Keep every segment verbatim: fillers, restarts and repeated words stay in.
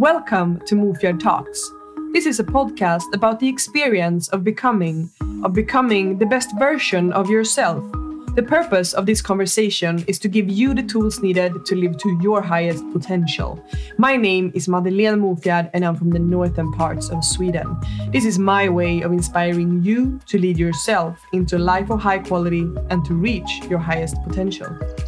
Welcome to Mofjärd Talks. This is a podcast about the experience of becoming, of becoming the best version of yourself. The purpose of this conversation is to give you the tools needed to live to your highest potential. My name is Madeleine Mofjärd and I'm from the northern parts of Sweden. This is my way of inspiring you to lead yourself into a life of high quality and to reach your highest potential.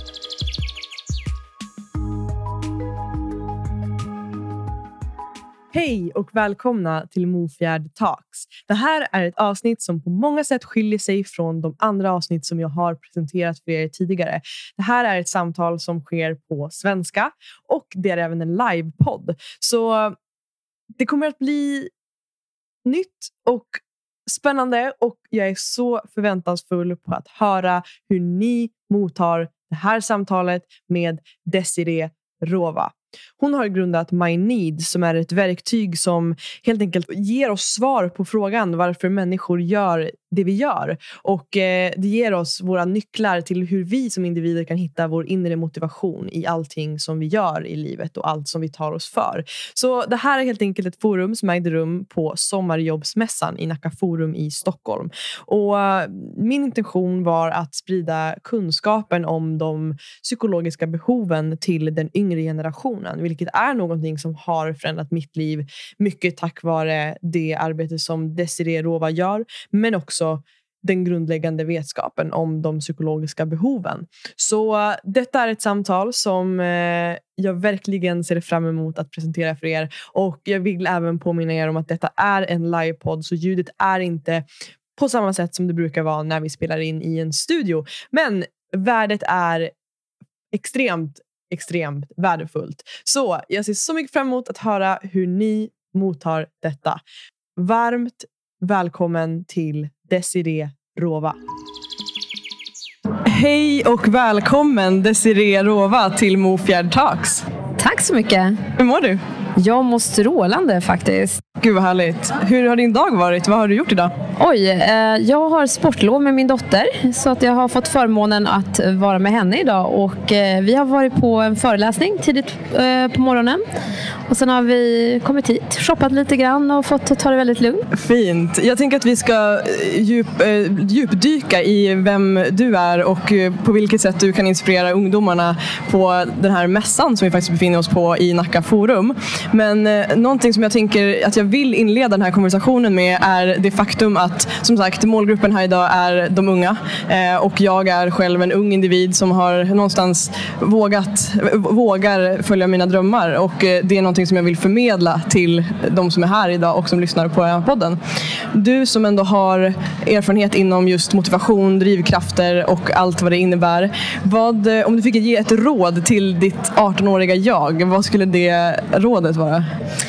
Hej och välkomna till Mofjärd Talks. Det här är ett avsnitt som på många sätt skiljer sig från de andra avsnitt som jag har presenterat för er tidigare. Det här är ett samtal som sker på svenska och det är även en livepodd. Så det kommer att bli nytt och spännande och jag är så förväntansfull på att höra hur ni mottar det här samtalet med Desiree Rova. Hon har grundat My Needs som är ett verktyg som helt enkelt ger oss svar på frågan varför människor gör det vi gör. Och eh, det ger oss våra nycklar till hur vi som individer kan hitta vår inre motivation i allting som vi gör i livet och allt som vi tar oss för. Så det här är helt enkelt ett forum som ägde rum på sommarjobbsmässan i Nacka Forum i Stockholm. Och uh, min intention var att sprida kunskapen om de psykologiska behoven till den yngre generationen. Vilket är någonting som har förändrat mitt liv mycket tack vare det arbete som Desiree Rova gör. Men också den grundläggande vetskapen om de psykologiska behoven. Så uh, detta är ett samtal som uh, jag verkligen ser fram emot att presentera för er. Och jag vill även påminna er om att detta är en livepodd. Så ljudet är inte på samma sätt som det brukar vara när vi spelar in i en studio. Men värdet är extremt extremt värdefullt. Så jag ser så mycket fram emot att höra hur ni mottar detta. Varmt välkommen till Desiree Rova. Hej och välkommen Desiree Rova till Mofjärd Talks. Tack så mycket. Hur mår du? Jag mår strålande faktiskt. Gud vad härligt. Hur har din dag varit? Vad har du gjort idag? Oj, eh, jag har sportlov med min dotter så att jag har fått förmånen att vara med henne idag och eh, vi har varit på en föreläsning tidigt eh, på morgonen och sen har vi kommit hit, shoppat lite grann och fått ta det väldigt lugnt. Fint. Jag tänker att vi ska djup, eh, djupdyka i vem du är och eh, på vilket sätt du kan inspirera ungdomarna på den här mässan som vi faktiskt befinner oss på i Nacka Forum. Men eh, någonting som jag tänker att jag vill inleda den här konversationen med är det faktum att som sagt målgruppen här idag är de unga eh, och jag är själv en ung individ som har någonstans vågat, vågar följa mina drömmar och eh, det är någonting som jag vill förmedla till de som är här idag och som lyssnar på podden. Du som ändå har erfarenhet inom just motivation, drivkrafter och allt vad det innebär. Vad, om du fick ge ett råd till ditt arton-åriga jag, vad skulle det rådet vara?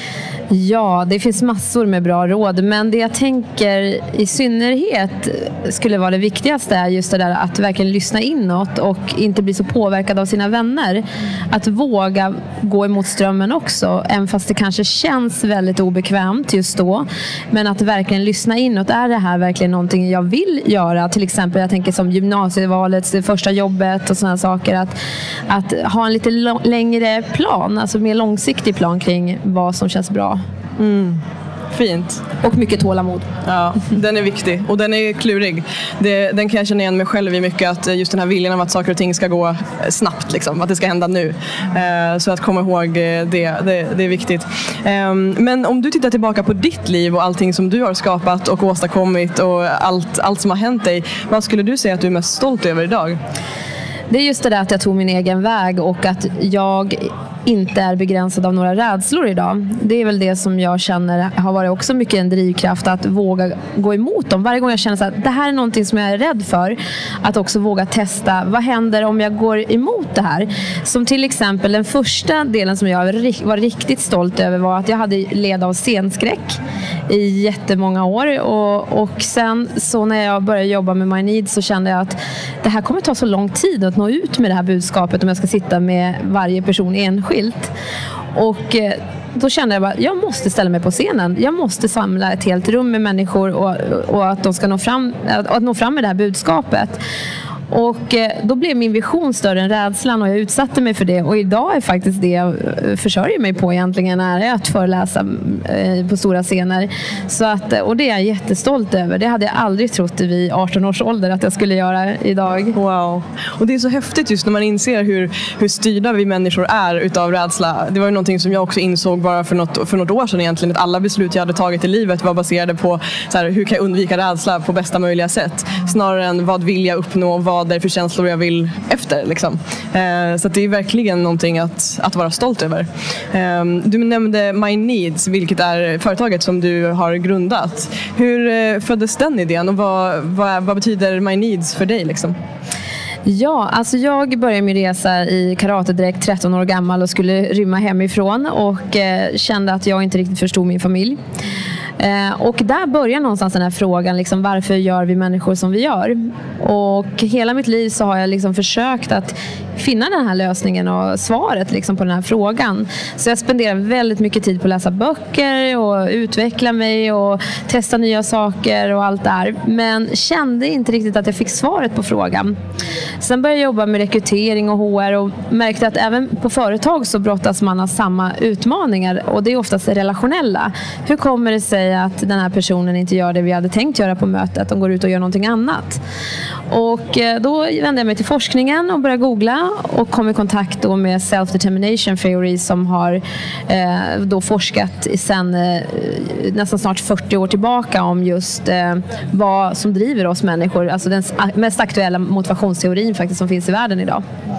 Ja, det finns massor med bra råd, men det jag tänker i synnerhet skulle vara det viktigaste är just det där att verkligen lyssna inåt och inte bli så påverkad av sina vänner. Att våga gå emot strömmen också, även fast det kanske känns väldigt obekvämt just då. Men att verkligen lyssna inåt, är det här verkligen någonting jag vill göra? Till exempel, jag tänker som gymnasievalet, det första jobbet och sådana saker. Att, att ha en lite l- längre plan, alltså mer långsiktig plan kring vad som känns bra. Mm. Fint. Och mycket tålamod. Ja, den är viktig och den är klurig. Det, den kan jag känna igen mig själv i mycket, att just den här viljan av att saker och ting ska gå snabbt, liksom, att det ska hända nu. Eh, så att komma ihåg det, det, det är viktigt. Eh, men om du tittar tillbaka på ditt liv och allting som du har skapat och åstadkommit och allt, allt som har hänt dig, vad skulle du säga att du är mest stolt över idag? Det är just det där att jag tog min egen väg och att jag inte är begränsad av några rädslor idag. Det är väl det som jag känner har varit också mycket en drivkraft, att våga gå emot dem. Varje gång jag känner att det här är någonting som jag är rädd för, att också våga testa. Vad händer om jag går emot det här? Som till exempel den första delen som jag var riktigt stolt över var att jag hade led av scenskräck i jättemånga år och, och sen så när jag började jobba med My Needs så kände jag att det här kommer ta så lång tid att nå ut med det här budskapet om jag ska sitta med varje person enskilt. Och då kände jag bara, jag måste ställa mig på scenen. Jag måste samla ett helt rum med människor och, och att de ska nå fram, att, att nå fram med det här budskapet. Och eh, då blev min vision större än rädslan och jag utsatte mig för det. Och idag är faktiskt det jag försörjer mig på egentligen är att föreläsa eh, på stora scener. Så att, och det är jag jättestolt över. Det hade jag aldrig trott vid arton års ålder att jag skulle göra idag. Wow. Och det är så häftigt just när man inser hur, hur styrda vi människor är utav rädsla. Det var ju någonting som jag också insåg bara för något, för något år sedan egentligen. Att alla beslut jag hade tagit i livet var baserade på så här, hur kan jag undvika rädsla på bästa möjliga sätt. Snarare än vad vill jag uppnå, vad är det för känslor jag vill efter. Liksom. Eh, så att det är verkligen någonting att, att vara stolt över. Eh, du nämnde My Needs, vilket är företaget som du har grundat. Hur eh, föddes den idén och vad, vad, vad betyder My Needs för dig? Liksom? Ja, alltså jag började min resa i karate direkt tretton år gammal och skulle rymma hemifrån och eh, kände att jag inte riktigt förstod min familj. Eh, och där börjar någonstans den här frågan, liksom, varför gör vi människor som vi gör? Och hela mitt liv så har jag liksom försökt att finna den här lösningen och svaret liksom, på den här frågan. Så jag spenderar väldigt mycket tid på att läsa böcker och utveckla mig och testa nya saker och allt där. Men kände inte riktigt att jag fick svaret på frågan. Sen började jag jobba med rekrytering och H R och märkte att även på företag så brottas man av samma utmaningar och det är oftast relationella. Hur kommer det sig att den här personen inte gör det vi hade tänkt göra på mötet? De går ut och gör någonting annat. Och då vände jag mig till forskningen och började googla och kom i kontakt då med self-determination theory som har eh, då forskat sedan eh, nästan snart fyrtio år tillbaka om just eh, vad som driver oss människor. Alltså den mest aktuella motivationsteorin faktiskt som finns i världen idag.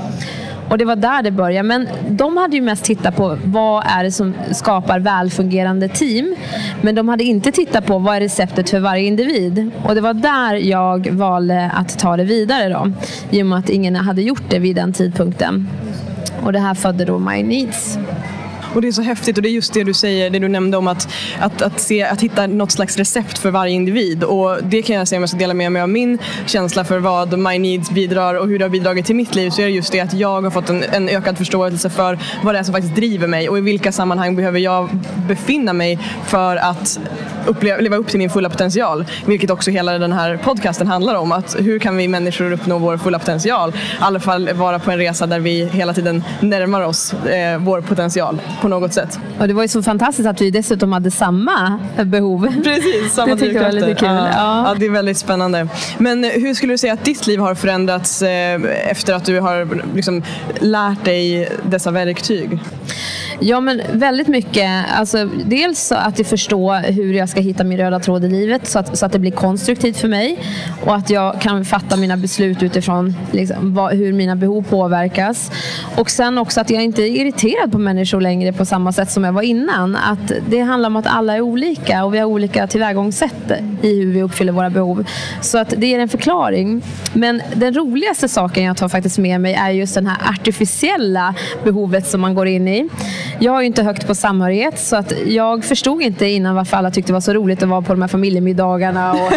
Och det var där det började. Men de hade ju mest tittat på vad är det som skapar välfungerande team. Men de hade inte tittat på vad är receptet för varje individ. Och det var där jag valde att ta det vidare då. I och med att ingen hade gjort det vid den tidpunkten. Och det här födde då My Needs. Och det är så häftigt och det är just det du säger, det du nämnde om att, att, att, se, att hitta något slags recept för varje individ. Och det kan jag säga om jag ska dela med mig av min känsla för vad My Needs bidrar och hur det har bidragit till mitt liv, så är det just det att jag har fått en, en ökad förståelse för vad det är som faktiskt driver mig och i vilka sammanhang behöver jag befinna mig för att uppleva, leva upp till min fulla potential. Vilket också hela den här podcasten handlar om, att hur kan vi människor uppnå vår fulla potential? I alla fall vara på en resa där vi hela tiden närmar oss eh, vår potential på något sätt. Och det var ju så fantastiskt att vi dessutom hade samma behov. Precis, samma det tyckte jag var lite kul. Ja, ja. ja, det är väldigt spännande. Men hur skulle du säga att ditt liv har förändrats eh, efter att du har liksom, lärt dig dessa verktyg? Ja, men väldigt mycket. Alltså, dels att jag förstår hur jag ska hitta min röda tråd i livet så att, så att det blir konstruktivt för mig och att jag kan fatta mina beslut utifrån liksom, vad, hur mina behov påverkas. Och sen också att jag inte är irriterad på människor längre på samma sätt som jag var innan. Att det handlar om att alla är olika och vi har olika tillvägagångssätt i hur vi uppfyller våra behov. Så att det är en förklaring. Men den roligaste saken jag tar faktiskt med mig är just den här artificiella behovet som man går in i. Jag har ju inte högt på samhörighet så att jag förstod inte innan varför alla tyckte det var så roligt att vara på de här familjemiddagarna och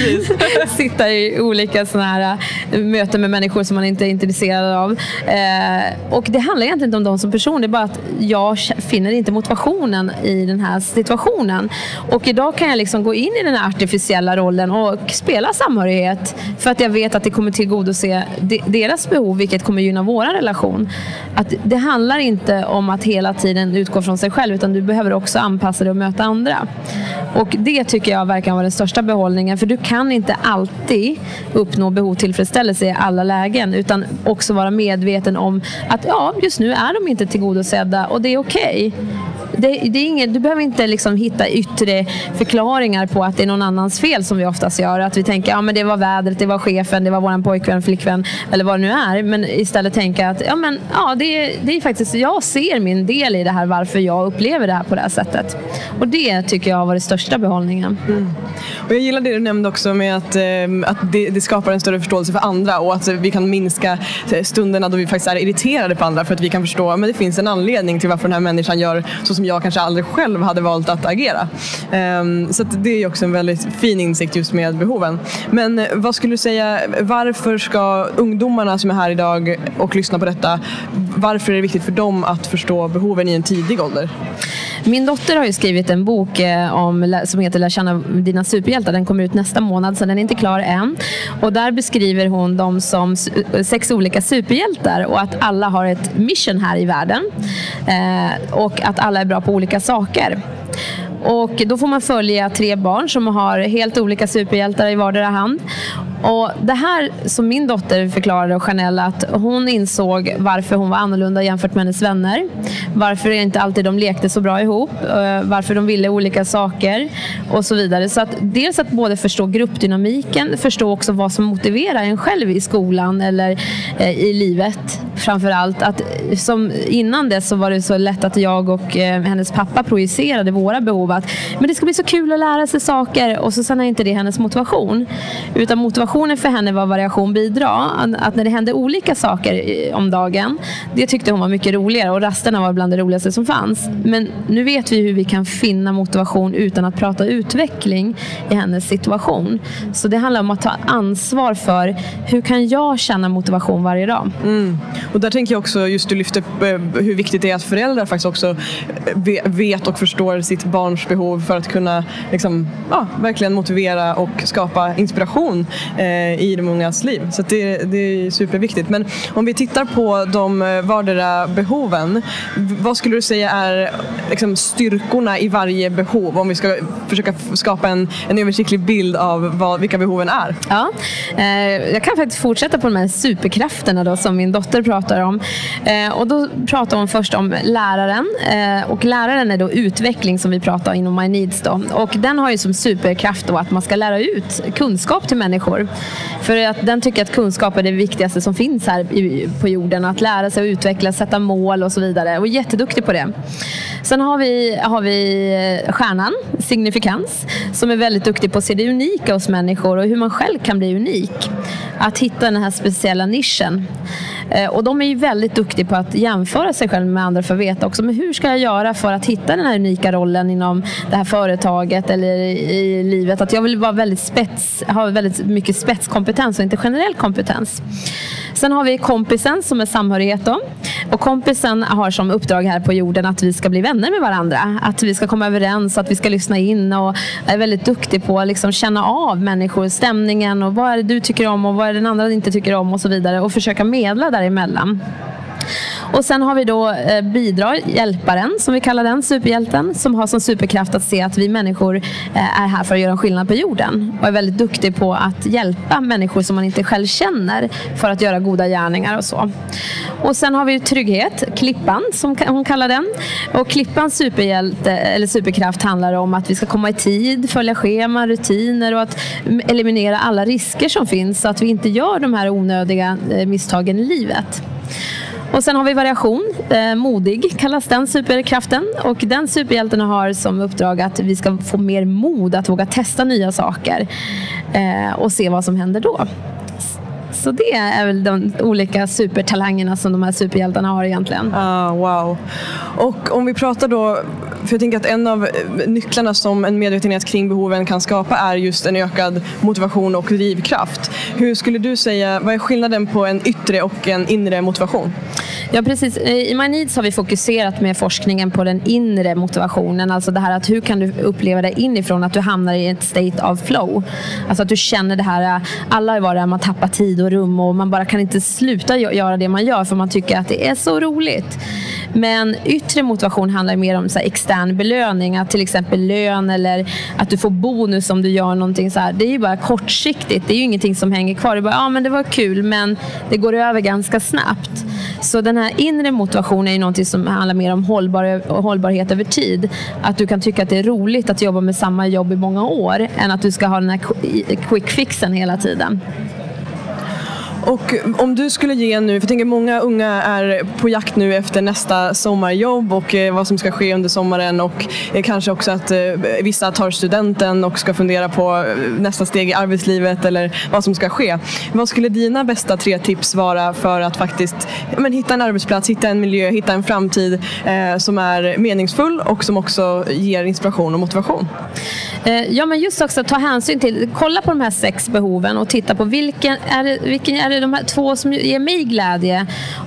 sitta i olika såna här möten med människor som man inte är intresserad av. Eh, och det handlar egentligen inte om dem som person, det är bara att jag finner inte motivationen i den här situationen. Och idag kan jag liksom gå in i den här artificiella rollen och spela samhörighet för att jag vet att det kommer tillgodose deras behov, vilket kommer gynna vår relation. Att det handlar inte om att hela tiden utgå från sig själv, utan du behöver också anpassa dig och möta andra. Och det tycker jag verkar vara den största behållningen, för du kan inte alltid uppnå behov tillfredsställelse i alla lägen, utan också vara medveten om att ja, just nu är de inte tillgodosedda och det är okej. Det, det är inget, du behöver inte liksom hitta yttre förklaringar på att det är någon annans fel som vi oftast gör. Att vi tänker, ja men det var vädret, det var chefen, det var våran pojkvän, flickvän eller vad det nu är. Men istället tänka att ja men ja, det, är, det är faktiskt, jag ser min del i det här, varför jag upplever det här på det här sättet. Och det tycker jag var det största behållningen. Mm. Och jag gillar det du nämnde också med att, eh, att det, det skapar en större förståelse för andra och att vi kan minska stunderna då vi faktiskt är irriterade på andra, för att vi kan förstå att det finns en anledning till varför den här människan gör så som jag kanske aldrig själv hade valt att agera. Um, så att det är också en väldigt fin insikt just med behoven. Men vad skulle du säga, varför ska ungdomarna som är här idag och lyssnar på detta, varför är det viktigt för dem att förstå behoven i en tidig ålder? Min dotter har ju skrivit en bok eh, om, som heter Lär känna dina superhjältar. Den kommer ut nästa månad, så den är inte klar än. Och där beskriver hon dem som sex olika superhjältar och att alla har ett mission här i världen. Eh, och att alla är bra på olika saker. Och då får man följa tre barn som har helt olika superhjältar i vardera hand. Och det här som min dotter förklarade, och Janelle, att hon insåg varför hon var annorlunda jämfört med hennes vänner. Varför inte alltid de lekte så bra ihop. Varför de ville olika saker och så vidare. Så att dels att både förstå gruppdynamiken, förstå också vad som motiverar en själv i skolan eller i livet. Framförallt att som innan det så var det så lätt att jag och hennes pappa projicerade våra behov. Att, men det ska bli så kul att lära sig saker, och så sen är inte det hennes motivation. Utan motivationen för henne var variation bidra. Att när det hände olika saker om dagen, det tyckte hon var mycket roligare, och rasterna var bland det roligaste som fanns. Men nu vet vi hur vi kan finna motivation utan att prata utveckling i hennes situation. Så det handlar om att ta ansvar för hur kan jag känna motivation varje dag. Mm. Och där tänker jag också, just du lyfter upp hur viktigt det är att föräldrar faktiskt också vet och förstår sitt barns behov för att kunna liksom, ja, verkligen motivera och skapa inspiration eh, i de ungas liv. Så att det, det är superviktigt. Men om vi tittar på de vardera behoven, vad skulle du säga är liksom, styrkorna i varje behov, om vi ska försöka skapa en, en översiktlig bild av vad, vilka behoven är? Ja, eh, jag kan faktiskt fortsätta på de här superkrafterna då, som min dotter pratar om. Eh, och då pratar hon först om läraren. Eh, och läraren är då utveckling, som vi pratar inom My Needs då. Och den har ju som superkraft då att man ska lära ut kunskap till människor. För att den tycker att kunskap är det viktigaste som finns här på jorden. Att lära sig och utveckla, sätta mål och så vidare. Och är jätteduktig på det. Sen har vi, har vi stjärnan, signifikans, som är väldigt duktig på att se det unika hos människor och hur man själv kan bli unik. Att hitta den här speciella nischen. Och de är ju väldigt duktiga på att jämföra sig själv med andra för att veta också, men hur ska jag göra för att hitta den här unika rollen inom det här företaget eller i livet. Att jag vill vara väldigt spets, ha väldigt mycket spetskompetens och inte generell kompetens. Sen har vi kompisen som är samhörighet då. Och kompisen har som uppdrag här på jorden att vi ska bli vänner med varandra. Att vi ska komma överens, att vi ska lyssna in, och är väldigt duktig på att liksom känna av människor, stämningen och vad är det du tycker om och vad är det den andra inte tycker om och så vidare. Och försöka medla däremellan. Och sen har vi då eh, bidrar, hjälparen som vi kallar den, superhjälten, som har som superkraft att se att vi människor eh, är här för att göra en skillnad på jorden. Och är väldigt duktig på att hjälpa människor som man inte själv känner för att göra goda gärningar och så. Och sen har vi trygghet, klippan som hon kallar den. Och klippans superhjälte, eller superkraft handlar om att vi ska komma i tid, följa scheman, rutiner och att eliminera alla risker som finns så att vi inte gör de här onödiga eh, misstagen i livet. Och sen har vi variation, eh, modig kallas den superkraften, och den superhjälten har som uppdrag att vi ska få mer mod att våga testa nya saker eh, och se vad som händer då. Så det är väl de olika supertalangerna som de här superhjältarna har egentligen. Ah, wow. Och om vi pratar då, för jag tänker att en av nycklarna som en medvetenhet kring behoven kan skapa är just en ökad motivation och drivkraft. Hur skulle du säga, vad är skillnaden på en yttre och en inre motivation? Ja, precis. I My Needs har vi fokuserat med forskningen på den inre motivationen. Alltså det här att hur kan du uppleva det inifrån, att du hamnar i ett state of flow. Alltså att du känner det här, alla var där man tappar tid och rum och man bara kan inte sluta göra det man gör för man tycker att det är så roligt. Men yttre motivation handlar mer om så här extern belöning, att till exempel lön eller att du får bonus om du gör någonting så här. Det är ju bara kortsiktigt, det är ju ingenting som hänger kvar. Det är bara, ja men det var kul, men det går över ganska snabbt. Så den här inre motivationen är ju någonting som handlar mer om hållbar, hållbarhet över tid. Att du kan tycka att det är roligt att jobba med samma jobb i många år än att du ska ha den här quick fixen hela tiden. Och om du skulle ge nu, för jag tänker många unga är på jakt nu efter nästa sommarjobb och eh, vad som ska ske under sommaren, och eh, kanske också att eh, vissa tar studenten och ska fundera på nästa steg i arbetslivet eller vad som ska ske. Vad skulle dina bästa tre tips vara för att faktiskt ja, men, hitta en arbetsplats, hitta en miljö, hitta en framtid eh, som är meningsfull och som också ger inspiration och motivation? Ja, men just också ta hänsyn till, kolla på de här sex behoven och titta på vilken är det, vilken är det de här två som ger mig glädje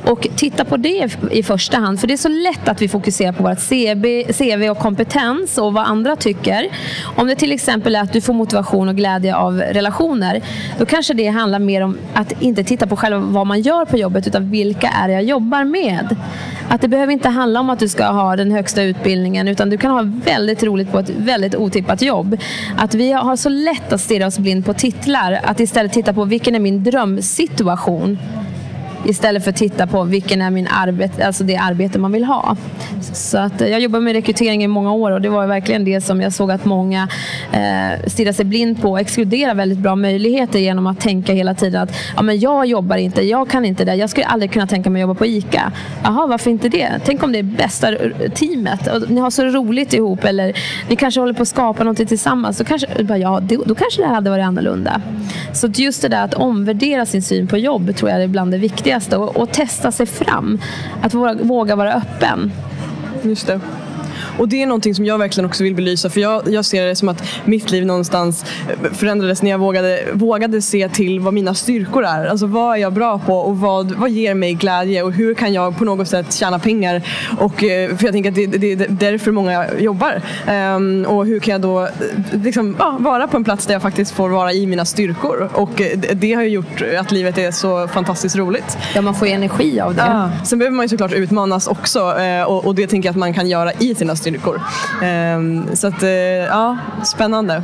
Och titta på det i första hand, för det är så lätt att vi fokuserar på vårt C V och kompetens och vad andra tycker. Om det till exempel är att du får motivation och glädje av relationer, då kanske det handlar mer om att inte titta på själva vad man gör på jobbet, utan vilka är jag jobbar med. Att det behöver inte handla om att du ska ha den högsta utbildningen, utan du kan ha väldigt roligt på ett väldigt otippat jobb. Att vi har så lätt att stirra oss blind på titlar, att istället titta på vilken är min drömsituation, istället för att titta på vilken är min arbete, alltså det arbete man vill ha. Så att jag jobbar med rekrytering i många år, och det var verkligen det som jag såg att många eh, stirrar sig blind på och exkluderar väldigt bra möjligheter genom att tänka hela tiden att ja, men jag jobbar inte, jag kan inte det, jag skulle aldrig kunna tänka mig att jobba på ICA. Jaha, varför inte det? Tänk om det är bästa teamet och ni har så roligt ihop, eller ni kanske håller på att skapa något tillsammans, så kanske, ja, då, då kanske det hade varit annorlunda. Så just det där att omvärdera sin syn på jobb tror jag är bland det viktigaste. Och, och testa sig fram. Att våga, våga vara öppen. Just det. Och det är någonting som jag verkligen också vill belysa, för jag, jag ser det som att mitt liv någonstans förändrades när jag vågade, vågade se till vad mina styrkor är. Alltså vad är jag bra på och vad, vad ger mig glädje och hur kan jag på något sätt tjäna pengar. Och, för jag tänker att det, det, det är därför många jobbar. Um, och hur kan jag då liksom, ja, vara på en plats där jag faktiskt får vara i mina styrkor. Och det, det har ju gjort att livet är så fantastiskt roligt. Ja, man får ju energi av det. Ja. Sen behöver man ju såklart utmanas också, och, och det tänker jag att man kan göra i sina styrkor. Um, så att, uh, ja, spännande.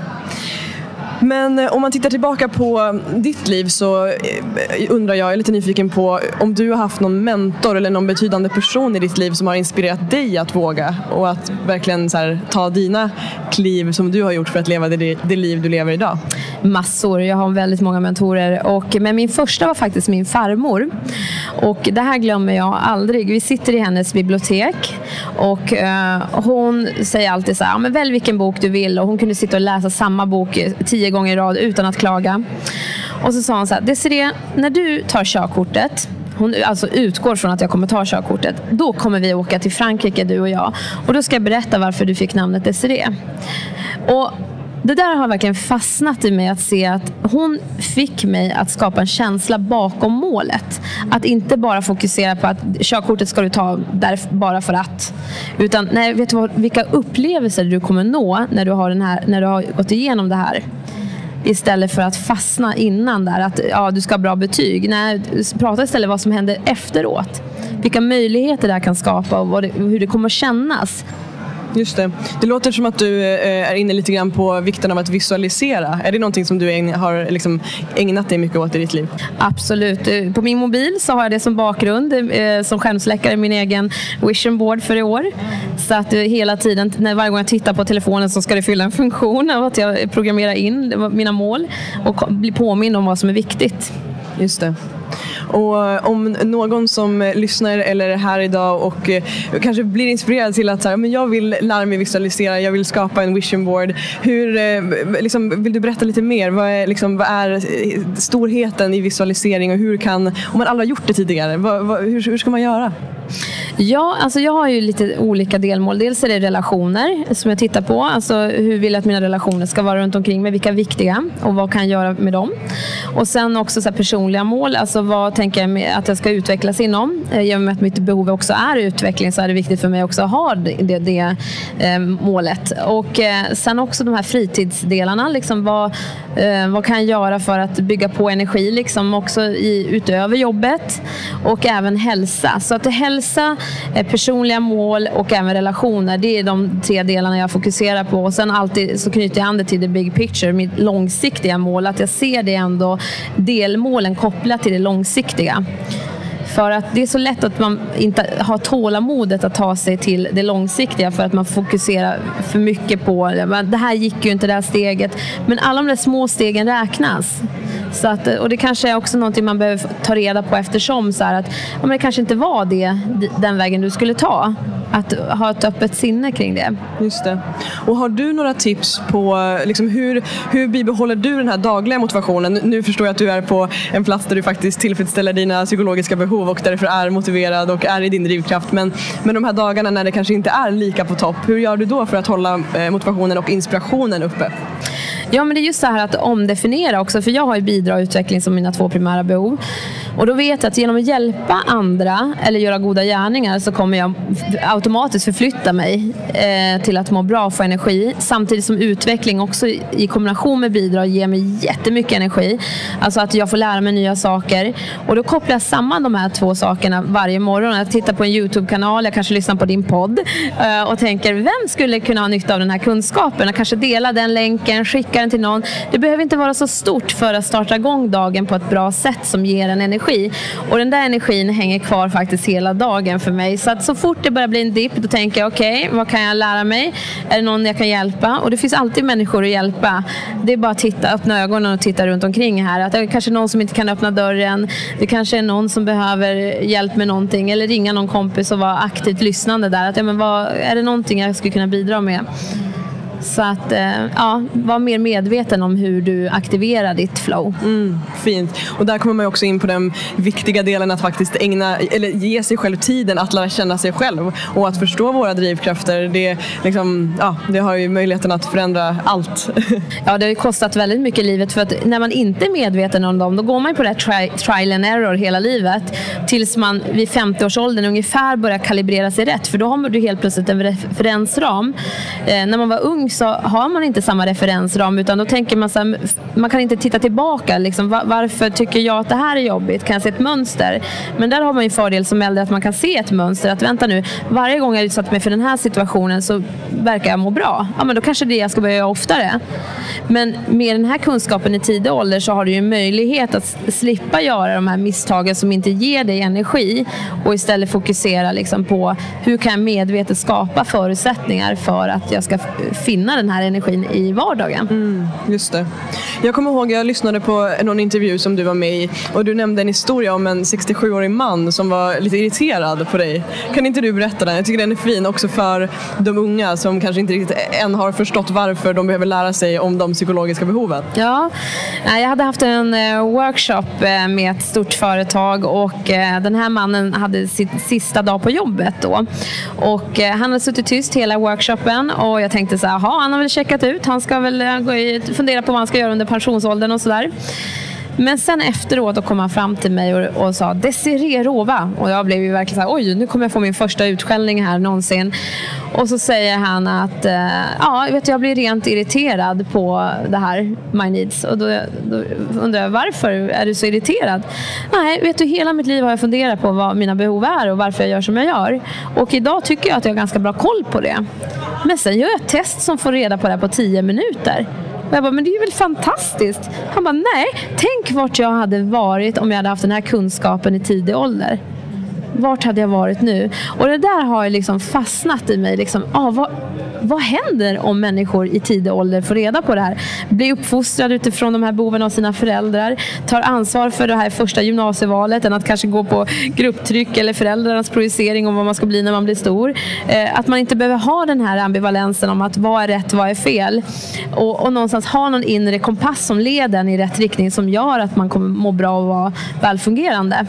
Men uh, om man tittar tillbaka på ditt liv, så uh, undrar jag, jag är lite nyfiken på om du har haft någon mentor eller någon betydande person i ditt liv som har inspirerat dig att våga och att verkligen så här, ta dina kliv som du har gjort för att leva det, det liv du lever idag. Massor, jag har väldigt många mentorer, och, men min första var faktiskt min farmor, och det här glömmer jag aldrig. Vi sitter i hennes bibliotek och uh, hon säger alltid så här, ja, men välj vilken bok du vill, och hon kunde sitta och läsa samma bok tio gånger i rad utan att klaga. Och så sa hon så här, Desiree, när du tar körkortet, hon alltså utgår från att jag kommer ta körkortet, då kommer vi åka till Frankrike, du och jag, och då ska jag berätta varför du fick namnet Desiree. Och det där har verkligen fastnat i mig, att se att hon fick mig att skapa en känsla bakom målet. Att inte bara fokusera på att körkortet ska du ta där bara för att. Utan nej, vet du vad, vilka upplevelser du kommer nå när du har, den här, när du har gått igenom det här. Istället för att fastna innan där, att ja, du ska ha bra betyg. Nej, prata istället vad som händer efteråt. Vilka möjligheter det här kan skapa och vad det, hur det kommer att kännas. Just det. Det låter som att du är inne lite grann på vikten av att visualisera. Är det någonting som du har liksom ägnat dig mycket åt i ditt liv? Absolut. På min mobil så har jag det som bakgrund, som skärmsläckare, min egen vision board för i år. Så att hela tiden, när varje gång jag tittar på telefonen, så ska det fylla en funktion av att jag programmerar in mina mål och blir påminn om vad som är viktigt. Just det. Och om någon som lyssnar eller är här idag och kanske blir inspirerad till att så här, men jag vill lära mig visualisera, jag vill skapa en vision board. Hur, liksom, vill du berätta lite mer? Vad är, liksom, vad är storheten i visualisering och hur kan, om man aldrig har gjort det tidigare, vad, vad, hur, hur ska man göra? Ja, alltså jag har ju lite olika delmål. Dels är det relationer som jag tittar på. Alltså hur vill jag att mina relationer ska vara runt omkring mig? Vilka är viktiga? Och vad kan jag göra med dem? Och sen också så här personliga mål. Alltså vad tänker jag med att jag ska utvecklas inom? I och med att mitt behov också är utveckling, så är det viktigt för mig också att ha det, det, det eh, målet. Och eh, sen också de här fritidsdelarna. Liksom vad, eh, vad kan jag göra för att bygga på energi? Liksom också i, utöver jobbet. Och även hälsa. Så att hälsa, personliga mål och även relationer, det är de tre delarna jag fokuserar på. Och sen alltid så knyter jag an det till the big picture, mitt långsiktiga mål, att jag ser det ändå, delmålen kopplat till det långsiktiga. För att det är så lätt att man inte har tålamodet att ta sig till det långsiktiga, för att man fokuserar för mycket på det här gick ju inte det här steget, men alla de där små stegen räknas. Så att, och det kanske är också någonting man behöver ta reda på eftersom, så här att ja, men det kanske inte var det, den vägen du skulle ta. Att ha ett öppet sinne kring det. Just det. Och har du några tips på liksom, hur, hur bibehåller du den här dagliga motivationen? Nu förstår jag att du är på en plats där du faktiskt tillfredsställer dina psykologiska behov och därför är motiverad och är i din drivkraft. Men, men de här dagarna när det kanske inte är lika på topp, hur gör du då för att hålla motivationen och inspirationen uppe? Ja, men det är just så här att omdefiniera också. För jag har ju bidrag och utveckling som mina två primära behov. Och då vet jag att genom att hjälpa andra eller göra goda gärningar så kommer jag automatiskt förflytta mig eh, till att må bra och få energi. Samtidigt som utveckling också i kombination med bidrag ger mig jättemycket energi. Alltså att jag får lära mig nya saker. Och då kopplar jag samman de här två sakerna varje morgon. Jag tittar på en YouTube-kanal, jag kanske lyssnar på din podd eh, och tänker, vem skulle kunna ha nytta av den här kunskapen? Jag kanske dela den länken, skicka den till någon. Det behöver inte vara så stort för att starta igång dagen på ett bra sätt som ger en energi. Och den där energin hänger kvar faktiskt hela dagen för mig. Så att så fort det börjar bli en dipp, då tänker jag, okej, okay, vad kan jag lära mig? Är det någon jag kan hjälpa? Och det finns alltid människor att hjälpa. Det är bara att titta, öppna ögonen och titta runt omkring här. Att det är kanske någon som inte kan öppna dörren. Det kanske är någon som behöver hjälp med någonting. Eller ringa någon kompis och vara aktivt lyssnande där. Att, ja, men vad, är det någonting jag skulle kunna bidra med? Så att ja, var mer medveten om hur du aktiverar ditt flow. Mm, fint. Och där kommer man också in på den viktiga delen att faktiskt ägna, eller ge sig själv tiden att lära känna sig själv och att förstå våra drivkrafter. Det, liksom, ja, det har ju möjligheten att förändra allt. Ja, det har ju kostat väldigt mycket i livet, för att när man inte är medveten om dem, då går man på det här tri- trial and error hela livet tills man vid femtio-årsåldern ungefär börjar kalibrera sig rätt, för då har du helt plötsligt en referensram. Eh, när man var ung så har man inte samma referensram, utan då tänker man så här, man kan inte titta tillbaka liksom, var, varför tycker jag att det här är jobbigt, kan jag se ett mönster? Men där har man ju fördel som äldre att man kan se ett mönster, att vänta nu, varje gång jag utsatt mig för den här situationen så verkar jag må bra, ja men då kanske det jag ska börja göra oftare. Men med den här kunskapen i tidig ålder så har du ju möjlighet att slippa göra de här misstagen som inte ger dig energi och istället fokusera liksom på hur kan jag medvetet skapa förutsättningar för att jag ska finna den här energin i vardagen. Mm, just det. Jag kommer ihåg, jag lyssnade på någon intervju som du var med i och du nämnde en historia om en sextiosjuårig man som var lite irriterad på dig. Kan inte du berätta den? Jag tycker den är fin också för de unga som kanske inte riktigt än har förstått varför de behöver lära sig om de psykologiska behoven. Ja, jag hade haft en workshop med ett stort företag och den här mannen hade sitt sista dag på jobbet då. Och han hade suttit tyst hela workshopen och jag tänkte så här, aha, han har väl checkat ut, han ska väl gå i, fundera på vad han ska göra under pensionsåldern och sådär. Men sen efteråt då kom han fram till mig och, och sa Desiree Rova. Och jag blev ju verkligen så här, oj, nu kommer jag få min första utskällning här någonsin. Och så säger han att eh, ja, vet du, jag blir rent irriterad på det här My Needs. Och då, då undrar jag, varför är du så irriterad? Nej, vet du, hela mitt liv har jag funderat på vad mina behov är och varför jag gör som jag gör. Och idag tycker jag att jag har ganska bra koll på det. Men sen gör jag ett test som får reda på det här på tio minuter. Och jag bara, men det är ju väl fantastiskt. Han bara, nej, tänk vart jag hade varit om jag hade haft den här kunskapen i tidig ålder. Vart hade jag varit nu? Och det där har ju liksom fastnat i mig. Liksom, ah, vad, vad händer om människor i tidig ålder får reda på det här? Blir uppfostrade utifrån de här behoven av sina föräldrar. Tar ansvar för det här första gymnasievalet än att kanske gå på grupptryck eller föräldrarnas projicering om vad man ska bli när man blir stor. Eh, att man inte behöver ha den här ambivalensen om att vad är rätt, vad är fel. Och, och någonstans ha någon inre kompass som leder en i rätt riktning som gör att man kommer må bra och vara välfungerande.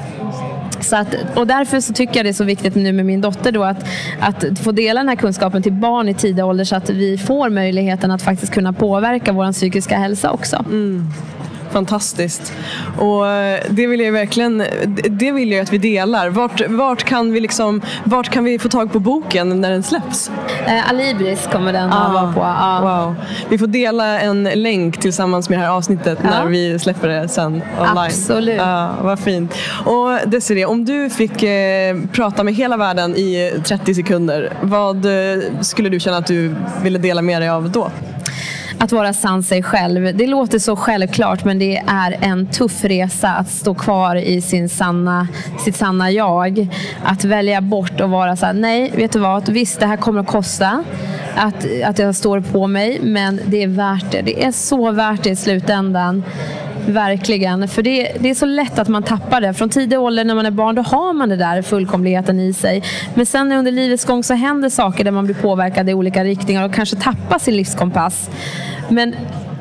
Så att, och därför så tycker jag det är så viktigt nu med min dotter då att, att få dela den här kunskapen till barn i tidig ålder så att vi får möjligheten att faktiskt kunna påverka vår psykiska hälsa också. Mm. Fantastiskt. Och det vill jag verkligen, det vill jag att vi delar. Vart, vart, kan vi liksom, vart kan vi få tag på boken när den släpps? Eh, Alibris kommer den ah, att vara på. Ah. Wow. Vi får dela en länk tillsammans med det här avsnittet ja. när vi släpper det sen online. Absolut. Ah, vad fint. Och Desiree, om du fick eh, prata med hela världen i trettio sekunder, vad eh, skulle du känna att du ville dela med dig av då? Att vara sann sig själv. Det låter så självklart, men det är en tuff resa att stå kvar i sin sanna, sitt sanna jag. Att välja bort och vara så här, nej, vet du vad? Visst, det här kommer att kosta. Att, att jag står på mig, men det är värt det. Det är så värt det i slutändan. Verkligen, för det, det är så lätt att man tappar det. Från tidig ålder när man är barn, då har man det där fullkomligheten i sig. Men sen under livets gång så händer saker där man blir påverkad i olika riktningar och kanske tappar sin livskompass. Men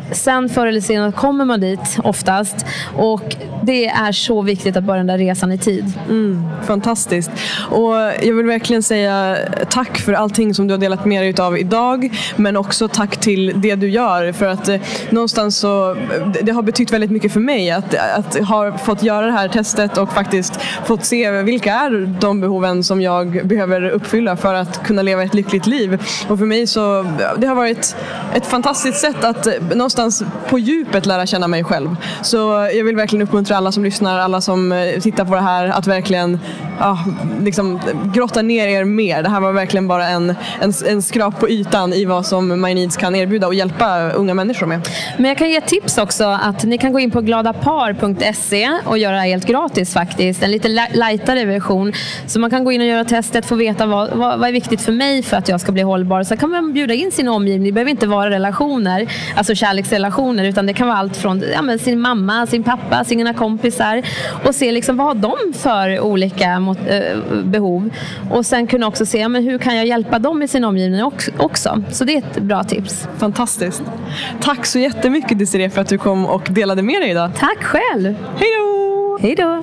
sen förr eller senare kommer man dit oftast. Och det är så viktigt att börja den där resan i tid. Mm, fantastiskt. Och jag vill verkligen säga tack för allting som du har delat med dig av idag. Men också tack till det du gör. För att eh, någonstans så det har betytt väldigt mycket för mig att, att ha fått göra det här testet och faktiskt fått se vilka är de behoven som jag behöver uppfylla för att kunna leva ett lyckligt liv. Och för mig så det har varit ett fantastiskt sätt att någonstans på djupet lära känna mig själv. Så jag vill verkligen uppmuntra alla som lyssnar, alla som tittar på det här att verkligen ja, liksom, grotta ner er mer. Det här var verkligen bara en, en, en skrap på ytan i vad som My Needs kan erbjuda och hjälpa unga människor med. Men jag kan ge tips också att ni kan gå in på gladapar punkt se och göra det helt gratis faktiskt. En lite lightare version. Så man kan gå in och göra testet, få veta vad, vad, vad är viktigt för mig för att jag ska bli hållbar. Så kan man bjuda in sin omgivning. Det behöver inte vara relationer, alltså kärleksrelationer, utan det kan vara allt från ja, men sin mamma, sin pappa, sina kompisar och se liksom, vad har de för olika mot, eh, behov. Och sen kunna också se, men hur kan jag hjälpa dem i sin omgivning också. Så det är ett bra tips. Fantastiskt. Tack så jättemycket Desiree för att du kom och delade med dig idag. Tack själv. Hej då! Hej då!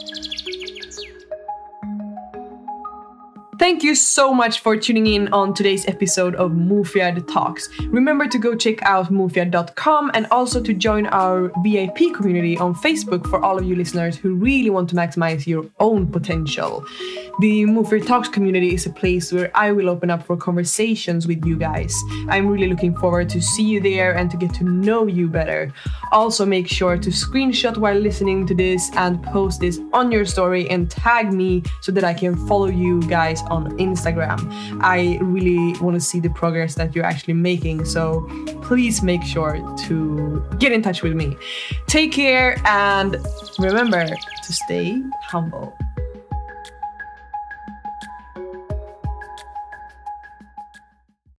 Thank you so much for tuning in on today's episode of Mufjärd Talks. Remember to go check out mufjärd dot com and also to join our V I P community on Facebook for all of you listeners who really want to maximize your own potential. The Mufjärd Talks community is a place where I will open up for conversations with you guys. I'm really looking forward to see you there and to get to know you better. Also make sure to screenshot while listening to this and post this on your story and tag me so that I can follow you guys on Instagram. I really want to see the progress that you're actually making, so please make sure to get in touch with me. Take care and remember to stay humble.